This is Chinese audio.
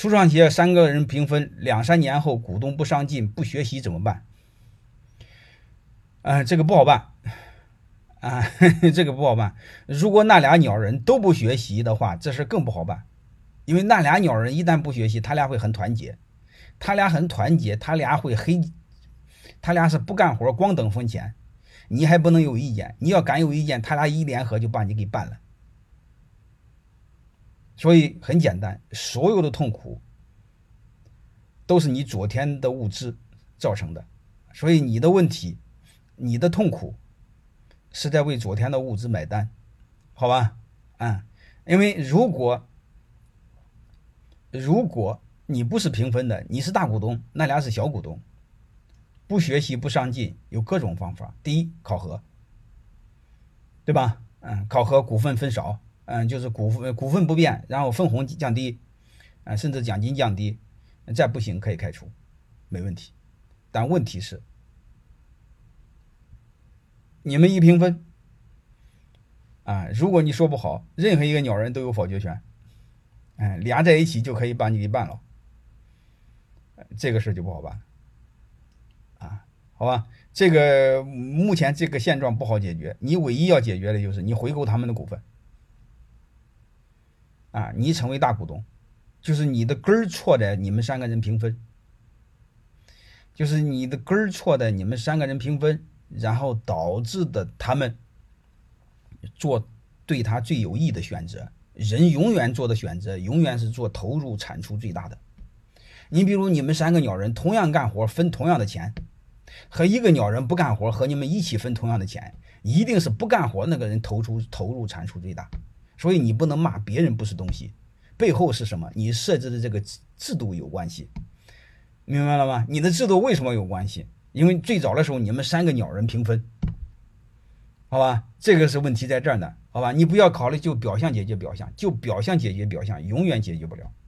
初创企业3个人平分，2、3年后股东不上进不学习怎么办？这个不好办啊，这个不好办。如果那俩鸟人都不学习的话，这事更不好办，因为那俩鸟人一旦不学习，他俩会很团结，他俩很团结，他俩会他俩是不干活光等分钱，你还不能有意见，你要敢有意见，他俩一联合就把你给办了。所以很简单，所有的痛苦都是你昨天的物质造成的，所以你的问题，你的痛苦是在为昨天的物质买单，好吧？因为如果你不是平分的，你是大股东，那俩是小股东，不学习不上进，有各种方法。第一，考核，对吧？考核股份分少，就是股份不变，然后分红降低，甚至奖金降低，再不行可以开除，没问题。但问题是，你们一平分，如果你说不好，任何一个鸟人都有否决权，俩在一起就可以把你给办了，这个事就不好办，好吧？这个目前这个现状不好解决，你唯一要解决的就是你回购他们的股份，你成为大股东，就是你的根儿错在你们3个人平分，就是你的根儿错在你们3个人平分，然后导致的他们做对他最有益的选择。人永远做的选择永远是做投入产出最大的。你比如你们3个鸟人同样干活分同样的钱，和一个鸟人不干活和你们一起分同样的钱，一定是不干活那个人投入产出最大。所以你不能骂别人不是东西，背后是什么？你设置的这个制度有关系，明白了吗？你的制度为什么有关系？因为最早的时候你们3个鸟人平分，好吧？这个是问题在这儿呢，好吧？你不要考虑就表象解决表象，就表象解决表象，永远解决不了。